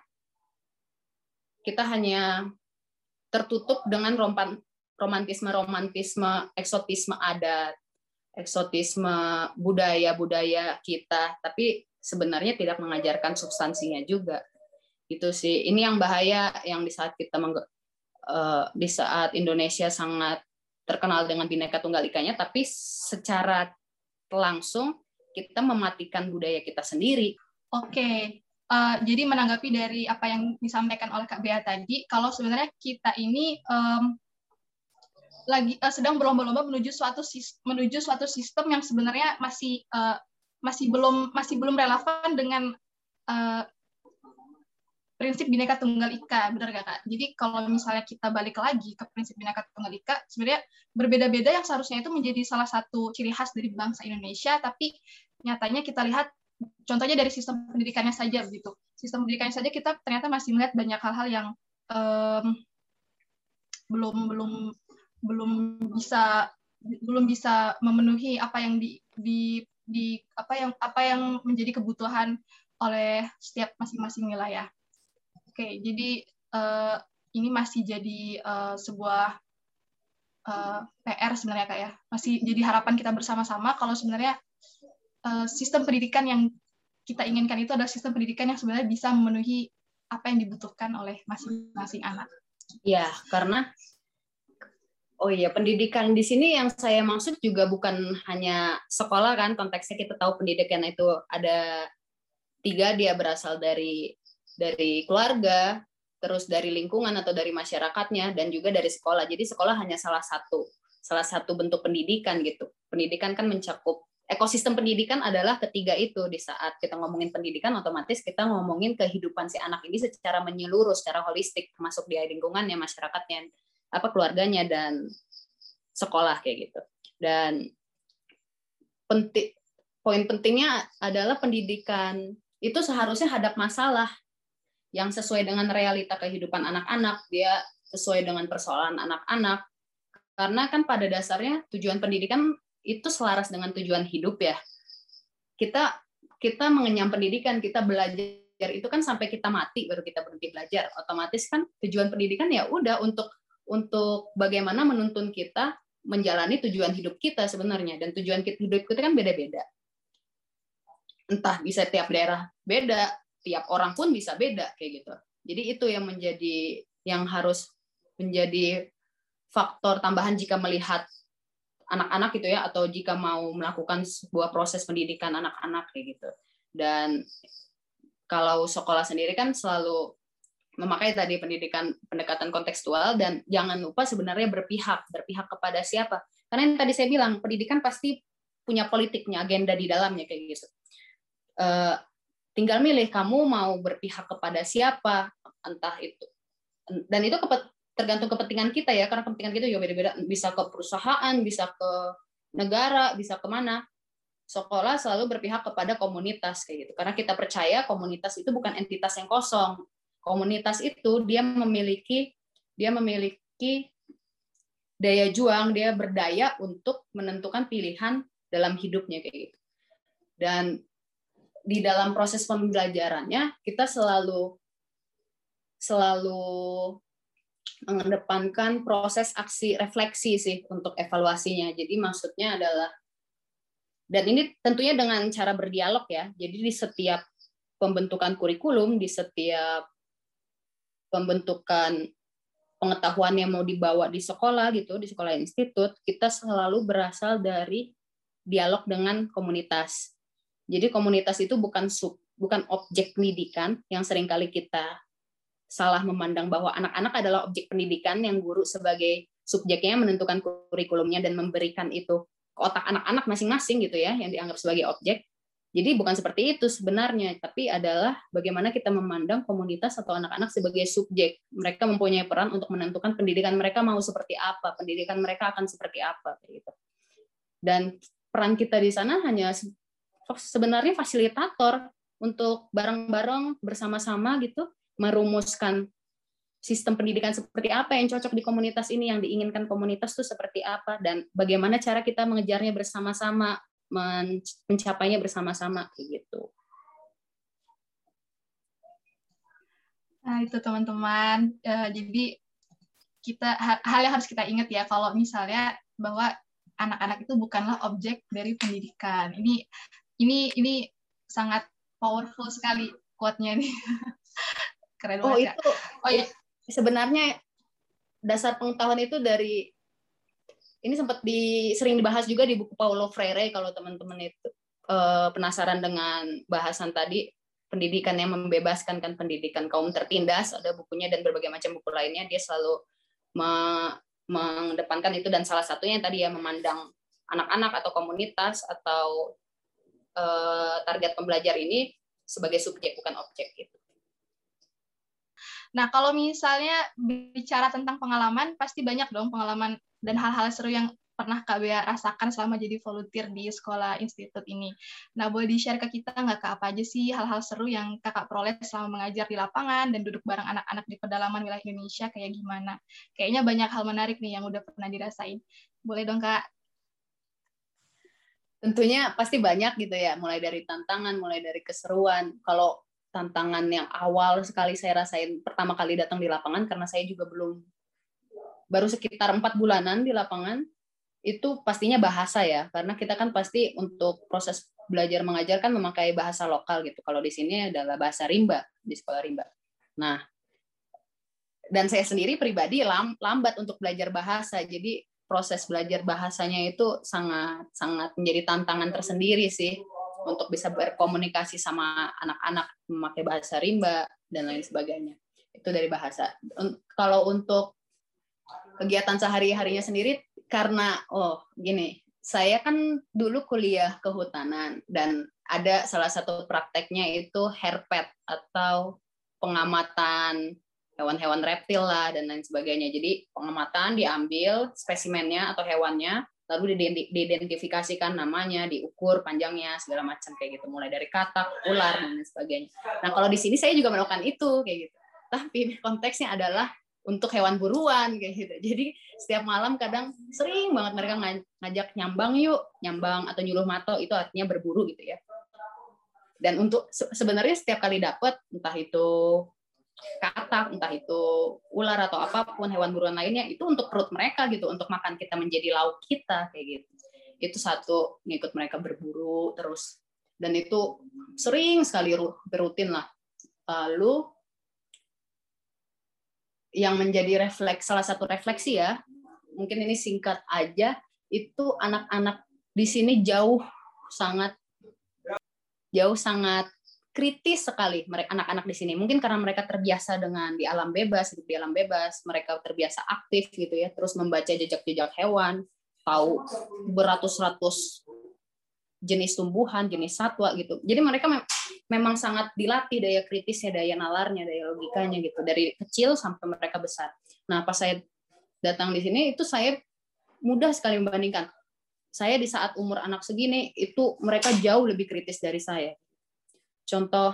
tertutup dengan romantisme, eksotisme adat, eksotisme budaya kita, tapi sebenarnya tidak mengajarkan substansinya juga. Itu sih, ini yang bahaya yang di saat di saat Indonesia sangat terkenal dengan Bhinneka Tunggal Ika-nya, tapi secara langsung kita mematikan budaya kita sendiri. Oke, jadi menanggapi dari apa yang disampaikan oleh Kak Bea tadi, kalau sebenarnya kita ini sedang berlomba-lomba menuju suatu sistem yang sebenarnya masih belum relevan dengan prinsip Bhinneka Tunggal Ika, benar nggak Kak? Jadi kalau misalnya kita balik lagi ke prinsip Bhinneka Tunggal Ika, sebenarnya berbeda-beda yang seharusnya itu menjadi salah satu ciri khas dari bangsa Indonesia, tapi nyatanya kita lihat contohnya dari sistem pendidikannya saja begitu. Sistem pendidikannya saja kita ternyata masih melihat banyak hal-hal yang belum bisa memenuhi apa yang apa yang menjadi kebutuhan oleh setiap masing-masing wilayah. Oke, jadi ini masih jadi sebuah PR sebenarnya Kak ya. Masih jadi harapan kita bersama-sama kalau sebenarnya sistem pendidikan yang kita inginkan itu adalah sistem pendidikan yang sebenarnya bisa memenuhi apa yang dibutuhkan oleh masing-masing anak. Ya, karena pendidikan di sini yang saya maksud juga bukan hanya sekolah kan, konteksnya kita tahu pendidikan itu ada 3, dia berasal dari keluarga, terus dari lingkungan atau dari masyarakatnya, dan juga dari sekolah. Jadi sekolah hanya salah satu bentuk pendidikan gitu. Pendidikan kan mencakup ekosistem pendidikan adalah ketiga itu. Di saat kita ngomongin pendidikan, otomatis kita ngomongin kehidupan si anak ini secara menyeluruh, secara holistik, termasuk dia lingkungannya, masyarakatnya, keluarganya, dan sekolah kayak gitu. Dan poin pentingnya adalah pendidikan itu seharusnya hadap masalah yang sesuai dengan realita kehidupan anak-anak, dia sesuai dengan persoalan anak-anak. Karena kan pada dasarnya tujuan pendidikan itu selaras dengan tujuan hidup ya. Kita mengenyam pendidikan, kita belajar belajar itu kan sampai kita mati baru kita berhenti belajar. Otomatis kan tujuan pendidikan ya udah untuk bagaimana menuntun kita menjalani tujuan hidup kita sebenarnya. Dan tujuan hidup kita kan beda-beda. Entah bisa tiap daerah beda, tiap orang pun bisa beda kayak gitu. Jadi itu yang harus menjadi faktor tambahan jika melihat anak-anak gitu ya, atau jika mau melakukan sebuah proses pendidikan anak-anak kayak gitu. Dan kalau sekolah sendiri kan selalu memakai tadi pendekatan kontekstual, dan jangan lupa sebenarnya berpihak kepada siapa. Karena yang tadi saya bilang, pendidikan pasti punya politiknya, agenda di dalamnya kayak gitu. Tinggal milih kamu mau berpihak kepada siapa, entah itu. Dan itu tergantung kepentingan kita ya, karena kepentingan kita juga beda-beda. Bisa ke perusahaan, bisa ke negara, bisa kemana. Sekolah selalu berpihak kepada komunitas kayak gitu. Karena kita percaya komunitas itu bukan entitas yang kosong. Komunitas itu dia memiliki daya juang, dia berdaya untuk menentukan pilihan dalam hidupnya kayak gitu. Dan di dalam proses pembelajarannya kita selalu mengedepankan proses aksi refleksi sih untuk evaluasinya. Jadi maksudnya adalah, dan ini tentunya dengan cara berdialog ya. Jadi di setiap pembentukan kurikulum, di setiap pembentukan pengetahuan yang mau dibawa di sekolah gitu, di sekolah institut, kita selalu berasal dari dialog dengan komunitas. Jadi komunitas itu bukan objek pendidikan yang seringkali kita salah memandang bahwa anak-anak adalah objek pendidikan yang guru sebagai subjeknya menentukan kurikulumnya dan memberikan itu ke otak anak-anak masing-masing gitu ya, yang dianggap sebagai objek. Jadi bukan seperti itu sebenarnya, tapi adalah bagaimana kita memandang komunitas atau anak-anak sebagai subjek. Mereka mempunyai peran untuk menentukan pendidikan mereka mau seperti apa, pendidikan mereka akan seperti apa gitu. Dan peran kita di sana hanya sebenarnya fasilitator untuk bareng-bareng bersama-sama gitu merumuskan sistem pendidikan seperti apa yang cocok di komunitas ini, yang diinginkan komunitas itu seperti apa, dan bagaimana cara kita mengejarnya bersama-sama, mencapainya bersama-sama kayak gitu. Nah, itu teman-teman. Jadi hal yang harus kita ingat ya, kalau misalnya bahwa anak-anak itu bukanlah objek dari pendidikan. Ini sangat powerful sekali quote-nya nih. Keren banget. Itu sebenarnya dasar pengetahuan itu dari ini sempat sering dibahas juga di buku Paulo Freire. Kalau teman-teman itu penasaran dengan bahasan tadi, pendidikan yang membebaskan, kan pendidikan kaum tertindas, ada bukunya dan berbagai macam buku lainnya, dia selalu mengedepankan itu, dan salah satunya yang tadi ya, memandang anak-anak atau komunitas atau target pembelajar ini sebagai subjek bukan objek gitu. Nah, kalau misalnya bicara tentang pengalaman, pasti banyak dong pengalaman dan hal-hal seru yang pernah Kak Bea rasakan selama jadi volunteer di sekolah institut ini. Nah, boleh di-share ke kita nggak, Kak, apa aja sih hal-hal seru yang Kakak peroleh selama mengajar di lapangan dan duduk bareng anak-anak di pedalaman wilayah Indonesia kayak gimana? Kayaknya banyak hal menarik nih yang udah pernah dirasain. Boleh dong, Kak? Tentunya pasti banyak gitu ya, mulai dari tantangan, mulai dari keseruan. Kalau tantangan yang awal sekali saya rasain pertama kali datang di lapangan, karena saya juga baru sekitar 4 bulanan di lapangan, itu pastinya bahasa ya, karena kita kan pasti untuk proses belajar mengajar kan memakai bahasa lokal gitu. Kalau di sini adalah bahasa rimba, di sekolah rimba. Nah, dan saya sendiri pribadi lambat untuk belajar bahasa, jadi proses belajar bahasanya itu sangat menjadi tantangan tersendiri sih, untuk bisa berkomunikasi sama anak-anak memakai bahasa rimba dan lain sebagainya. Itu dari bahasa. Kalau untuk kegiatan sehari-harinya sendiri, karena gini, saya kan dulu kuliah kehutanan dan ada salah satu prakteknya itu herpet atau pengamatan hewan-hewan reptil lah dan lain sebagainya. Jadi pengamatan, diambil spesimennya atau hewannya, lalu diidentifikasikan namanya, diukur panjangnya, segala macam kayak gitu, mulai dari katak, ular dan lain sebagainya. Nah, kalau di sini saya juga melakukan itu kayak gitu. Tapi konteksnya adalah untuk hewan buruan kayak gitu. Jadi setiap malam kadang sering banget mereka ngajak nyambang atau nyuluh mato, itu artinya berburu gitu ya. Dan untuk sebenarnya setiap kali dapat, entah itu katak, entah itu ular atau apapun hewan buruan lainnya, itu untuk perut mereka gitu, untuk makan kita menjadi lauk kita kayak gitu. Itu satu, ngikut mereka berburu terus, dan itu sering sekali berutin lah. Lalu yang menjadi salah satu refleksi ya, mungkin ini singkat aja, itu anak-anak di sini sangat kritis sekali mereka anak-anak di sini. Mungkin karena mereka terbiasa dengan di alam bebas, hidup di alam bebas, mereka terbiasa aktif gitu ya, terus membaca jejak-jejak hewan, tahu beratus-ratus jenis tumbuhan, jenis satwa gitu. Jadi mereka memang sangat dilatih daya kritisnya, daya nalarnya, daya logikanya gitu dari kecil sampai mereka besar. Nah, pas saya datang di sini itu saya mudah sekali membandingkan. Saya di saat umur anak segini itu mereka jauh lebih kritis dari saya. Contoh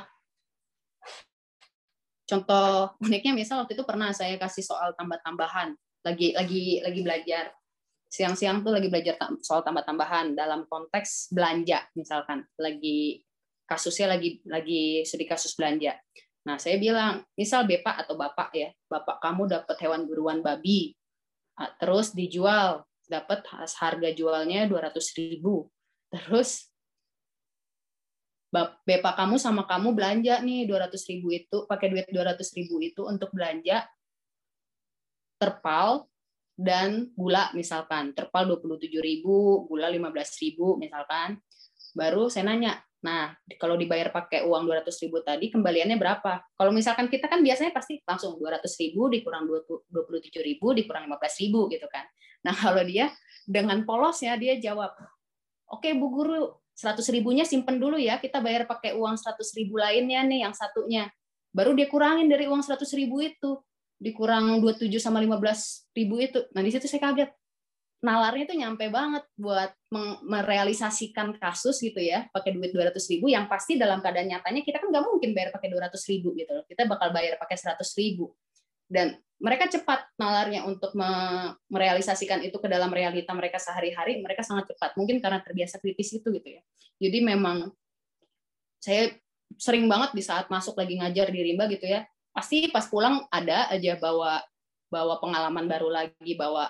uniknya misal waktu itu pernah saya kasih soal tambah-tambahan, lagi belajar. Siang-siang tuh lagi belajar soal tambah-tambahan dalam konteks belanja misalkan. Kasusnya lagi studi kasus belanja. Nah, saya bilang, misal Bapak atau Bapak ya, Bapak kamu dapat hewan buruan babi. Terus dijual, dapat harga jualnya 200.000. Terus Bapak kamu sama kamu belanja nih 200.000 itu, pakai duit 200.000 itu untuk belanja terpal dan gula misalkan. Terpal 27.000, gula 15.000 misalkan. Baru saya nanya, nah kalau dibayar pakai uang 200.000 tadi kembaliannya berapa? Kalau misalkan kita kan biasanya pasti langsung 200.000 dikurang 27.000 dikurang 15.000 gitu kan. Nah kalau dia dengan polosnya dia jawab, oke Bu Guru, 100.000-nya simpen dulu ya, kita bayar pakai uang 100.000 lainnya nih yang satunya. Baru dia kurangin dari uang 100.000 itu, dikurang 27 sama 15.000 itu. Nah di situ saya kaget. Nalarnya itu nyampe banget buat merealisasikan kasus gitu ya, pakai duit 200.000 yang pasti dalam keadaan nyatanya kita kan nggak mungkin bayar pakai 200.000 gitu loh. Kita bakal bayar pakai 100.000. Dan mereka cepat nalarnya untuk merealisasikan itu ke dalam realita mereka sehari-hari, mereka sangat cepat. Mungkin karena terbiasa kritis itu gitu ya. Jadi memang saya sering banget di saat masuk lagi ngajar di Rimba gitu ya, pasti pas pulang ada aja bawa pengalaman baru lagi, bawa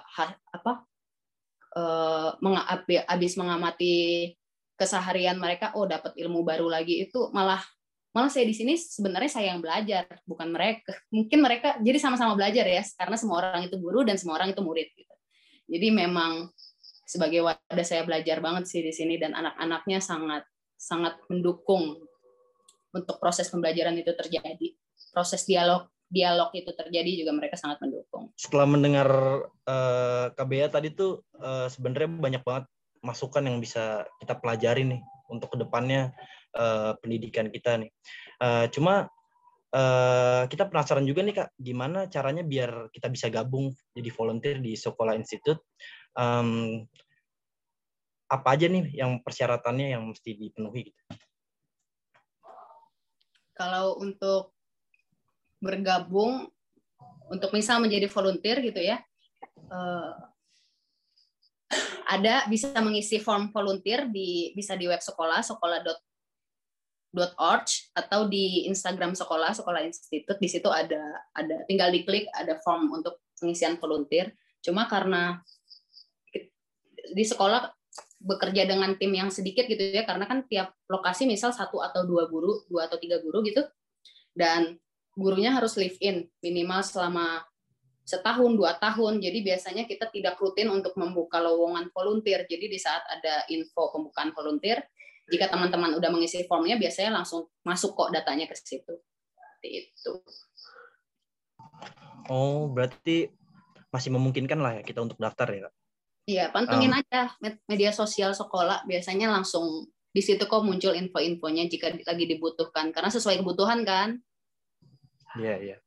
habis mengamati keseharian mereka, dapat ilmu baru lagi. Itu malah saya di sini sebenarnya saya yang belajar, bukan mereka. Mungkin mereka jadi sama-sama belajar ya, karena semua orang itu guru dan semua orang itu murid gitu. Jadi memang sebagai wadah saya belajar banget sih di sini, dan anak-anaknya sangat mendukung untuk proses pembelajaran itu terjadi. Proses dialog itu terjadi juga mereka sangat mendukung. Setelah mendengar KBA tadi tuh sebenarnya banyak banget masukan yang bisa kita pelajari nih untuk kedepannya pendidikan kita nih. Cuma kita penasaran juga nih Kak, gimana caranya biar kita bisa gabung jadi volunteer di Sekolah Institute. Apa aja nih yang persyaratannya yang mesti dipenuhi gitu? Kalau untuk bergabung, untuk misal menjadi volunteer gitu ya, bisa mengisi form volunteer bisa di web sekolah.org atau di Instagram sekolah institut. Di situ ada tinggal diklik, ada form untuk pengisian volunteer. Cuma karena di sekolah bekerja dengan tim yang sedikit gitu ya, karena kan tiap lokasi misal 1 atau 2 atau 3 guru gitu, dan gurunya harus live in minimal selama 1 tahun 2 tahun. Jadi biasanya kita tidak rutin untuk membuka lowongan volunteer. Jadi di saat ada info pembukaan volunteer, jika teman-teman udah mengisi formnya, biasanya langsung masuk kok datanya ke situ. Seperti itu. Oh, berarti masih memungkinkan lah ya kita untuk daftar ya, Kak? Iya, pantengin aja media sosial sekolah. Biasanya langsung di situ kok muncul info-infonya jika lagi dibutuhkan. Karena sesuai kebutuhan kan. Iya.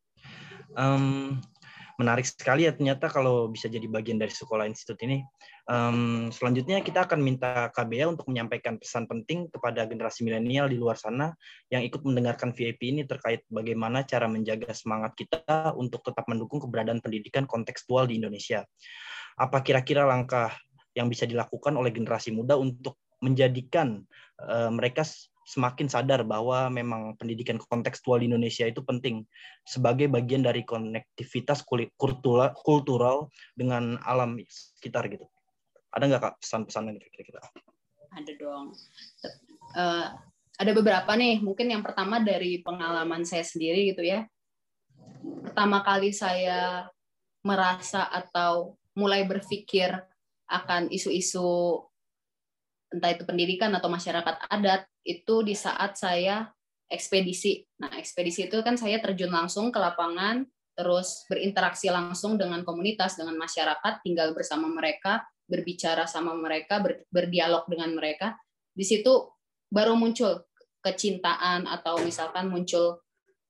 Menarik sekali ya ternyata kalau bisa jadi bagian dari Sekolah Institut ini. Selanjutnya kita akan minta KBA untuk menyampaikan pesan penting kepada generasi milenial di luar sana yang ikut mendengarkan VIP ini terkait bagaimana cara menjaga semangat kita untuk tetap mendukung keberadaan pendidikan kontekstual di Indonesia. Apa kira-kira langkah yang bisa dilakukan oleh generasi muda untuk menjadikan mereka semakin sadar bahwa memang pendidikan kontekstual di Indonesia itu penting sebagai bagian dari konektivitas kultural dengan alam sekitar gitu. Ada nggak Kak pesan-pesan yang kira-kira? Ada dong. Ada beberapa nih. Mungkin yang pertama dari pengalaman saya sendiri gitu ya. Pertama kali saya merasa atau mulai berpikir akan isu-isu entah itu pendidikan atau masyarakat adat itu di saat saya ekspedisi. Nah, ekspedisi itu kan saya terjun langsung ke lapangan, terus berinteraksi langsung dengan komunitas, dengan masyarakat, tinggal bersama mereka, berbicara sama mereka, berdialog dengan mereka. Di situ baru muncul kecintaan atau misalkan muncul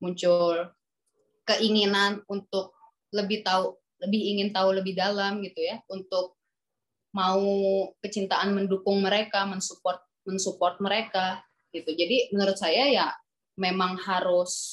keinginan untuk lebih ingin tahu lebih dalam gitu ya, untuk mau kecintaan mendukung mereka, mensupport mereka gitu. Jadi menurut saya ya memang harus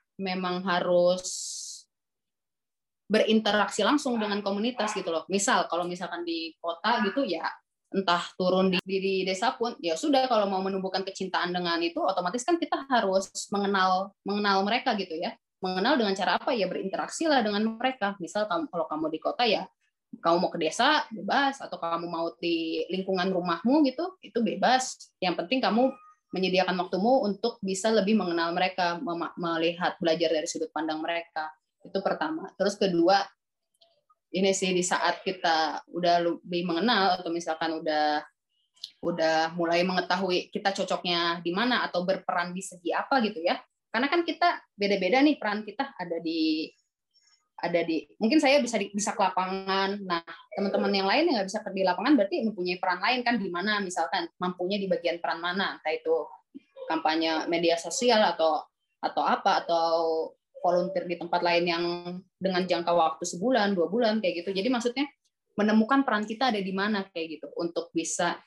berinteraksi langsung dengan komunitas gitu loh. Misal kalau misalkan di kota gitu ya entah turun di desa pun ya sudah, kalau mau menumbuhkan kecintaan dengan itu otomatis kan kita harus mengenal mereka gitu ya. Mengenal dengan cara apa ya, berinteraksi lah dengan mereka. Misal kalau kamu di kota ya kamu mau ke desa bebas, atau kamu mau di lingkungan rumahmu gitu itu bebas. Yang penting kamu menyediakan waktumu untuk bisa lebih mengenal mereka, melihat, belajar dari sudut pandang mereka. Itu pertama. Terus kedua, ini sih di saat kita udah lebih mengenal atau misalkan udah mulai mengetahui kita cocoknya di mana atau berperan di segi apa gitu ya. Karena kan kita beda-beda nih peran kita, ada di mungkin saya bisa ke lapangan. Nah, teman-teman yang lain yang nggak bisa di lapangan berarti mempunyai peran lain kan, di mana misalkan mampunya di bagian peran mana, entah itu kampanye media sosial atau apa, atau volunteer di tempat lain yang dengan jangka waktu sebulan, 2 bulan kayak gitu. Jadi maksudnya menemukan peran kita ada di mana kayak gitu untuk bisa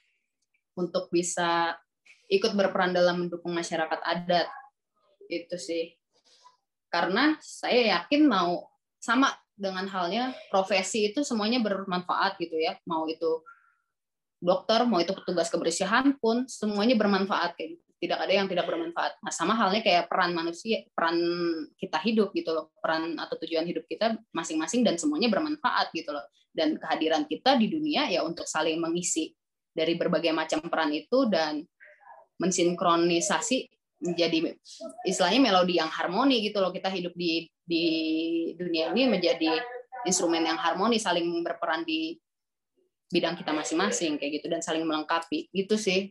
ikut berperan dalam mendukung masyarakat adat. Itu sih. Karena saya yakin mau sama dengan halnya profesi itu semuanya bermanfaat gitu ya. Mau itu dokter, mau itu petugas kebersihan pun semuanya bermanfaat kayak gitu. Tidak ada yang tidak bermanfaat. Nah, sama halnya kayak peran manusia, peran kita hidup gitu loh. Peran atau tujuan hidup kita masing-masing dan semuanya bermanfaat gitu loh. Dan kehadiran kita di dunia ya untuk saling mengisi dari berbagai macam peran itu dan mensinkronisasi menjadi istilahnya melodi yang harmoni gitu loh. Kita hidup di dunia ini menjadi instrumen yang harmoni, saling berperan di bidang kita masing-masing kayak gitu dan saling melengkapi gitu sih.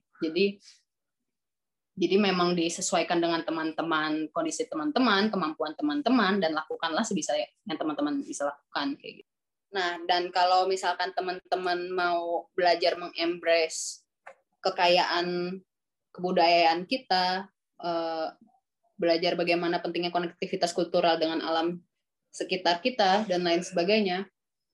Jadi memang disesuaikan dengan teman-teman, kondisi teman-teman, kemampuan teman-teman, dan lakukanlah sebisa yang teman-teman bisa lakukan kayak gitu. Nah, dan kalau misalkan teman-teman mau belajar mengembrace kekayaan kebudayaan kita, belajar bagaimana pentingnya konektivitas kultural dengan alam sekitar kita dan lain sebagainya.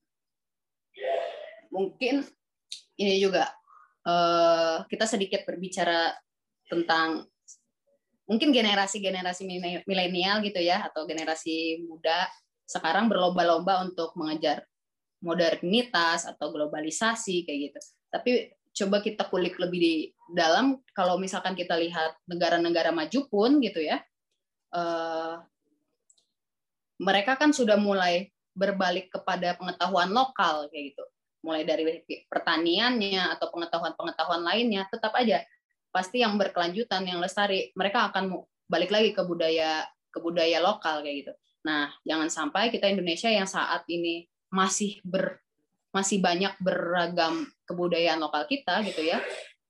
Mungkin ini juga kita sedikit berbicara tentang mungkin generasi milenial gitu ya, atau generasi muda sekarang berlomba-lomba untuk mengejar modernitas atau globalisasi kayak gitu. Tapi coba kita kulik lebih di dalam, kalau misalkan kita lihat negara-negara maju pun gitu ya, mereka kan sudah mulai berbalik kepada pengetahuan lokal kayak gitu, mulai dari pertaniannya atau pengetahuan lainnya, tetap aja pasti yang berkelanjutan, yang lestari, mereka akan balik lagi ke budaya lokal kayak gitu. Nah, jangan sampai kita Indonesia yang saat ini masih banyak beragam kebudayaan lokal kita gitu ya,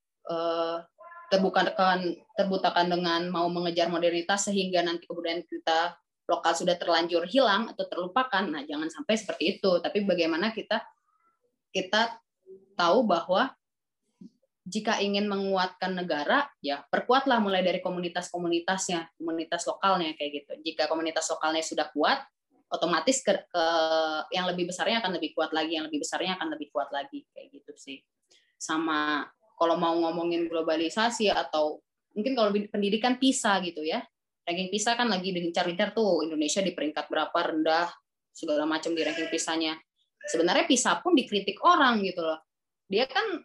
terbutakan dengan mau mengejar modernitas sehingga nanti kebudayaan kita lokal sudah terlanjur hilang atau terlupakan. Nah, jangan sampai seperti itu. Tapi bagaimana kita tahu bahwa jika ingin menguatkan negara, ya perkuatlah mulai dari komunitas-komunitasnya, komunitas lokalnya kayak gitu. Jika komunitas lokalnya sudah kuat, otomatis ke yang lebih besarnya akan lebih kuat lagi, yang lebih besarnya akan lebih kuat lagi kayak gitu sih. Sama kalau mau ngomongin globalisasi atau mungkin kalau pendidikan PISA gitu ya, ranking PISA kan lagi diincar-incar tuh, Indonesia di peringkat berapa, rendah segala macam di ranking PISA-nya. Sebenarnya PISA pun dikritik orang gitu loh. Dia kan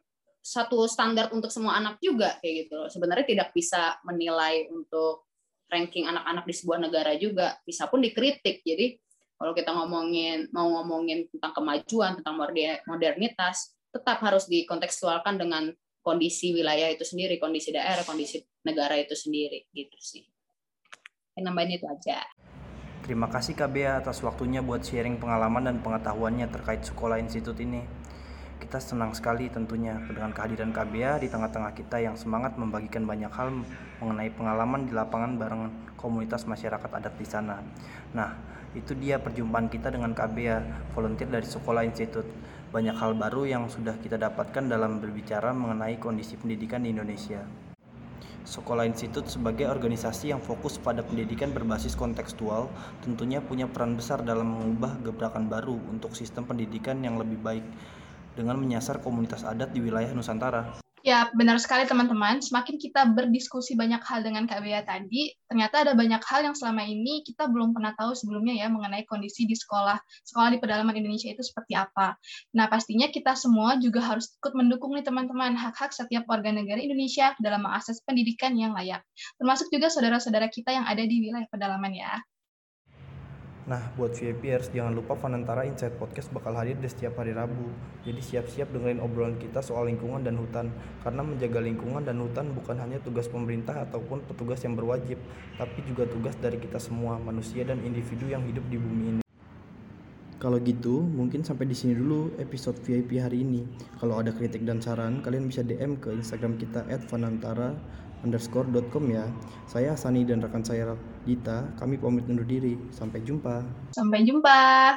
satu standar untuk semua anak juga kayak gitu loh. Sebenarnya tidak bisa menilai untuk ranking anak-anak di sebuah negara juga, bisa pun dikritik. Jadi kalau kita mau ngomongin tentang kemajuan, tentang modernitas, tetap harus dikontekstualkan dengan kondisi wilayah itu sendiri, kondisi daerah, kondisi negara itu sendiri, gitu sih. Yang nambahin itu aja. Terima kasih Kak Bea atas waktunya buat sharing pengalaman dan pengetahuannya terkait Sekolah Institut ini. Kita senang sekali tentunya dengan kehadiran Kak Bea di tengah-tengah kita yang semangat membagikan banyak hal mengenai pengalaman di lapangan bareng komunitas masyarakat adat di sana. Nah, itu dia perjumpaan kita dengan Kak Bea, volunteer dari Sekolah Institut. Banyak hal baru yang sudah kita dapatkan dalam berbicara mengenai kondisi pendidikan di Indonesia. Sekolah Institut sebagai organisasi yang fokus pada pendidikan berbasis kontekstual tentunya punya peran besar dalam mengubah gebrakan baru untuk sistem pendidikan yang lebih baik dengan menyasar komunitas adat di wilayah Nusantara. Ya, benar sekali teman-teman. Semakin kita berdiskusi banyak hal dengan Kak Bea tadi, ternyata ada banyak hal yang selama ini kita belum pernah tahu sebelumnya ya mengenai kondisi di sekolah di pedalaman Indonesia itu seperti apa. Nah, pastinya kita semua juga harus ikut mendukung nih teman-teman hak-hak setiap warga negara Indonesia dalam mengakses pendidikan yang layak. Termasuk juga saudara-saudara kita yang ada di wilayah pedalaman ya. Nah, buat VIPers, jangan lupa Fanantara Insight Podcast bakal hadir di setiap hari Rabu. Jadi siap-siap dengerin obrolan kita soal lingkungan dan hutan. Karena menjaga lingkungan dan hutan bukan hanya tugas pemerintah ataupun petugas yang berwajib, tapi juga tugas dari kita semua, manusia dan individu yang hidup di bumi ini. Kalau gitu, mungkin sampai di sini dulu episode VIP hari ini. Kalau ada kritik dan saran, kalian bisa DM ke Instagram kita @fanantara_.com ya. Saya Sani dan rekan saya Dita, kami pamit undur diri. Sampai jumpa. Sampai jumpa.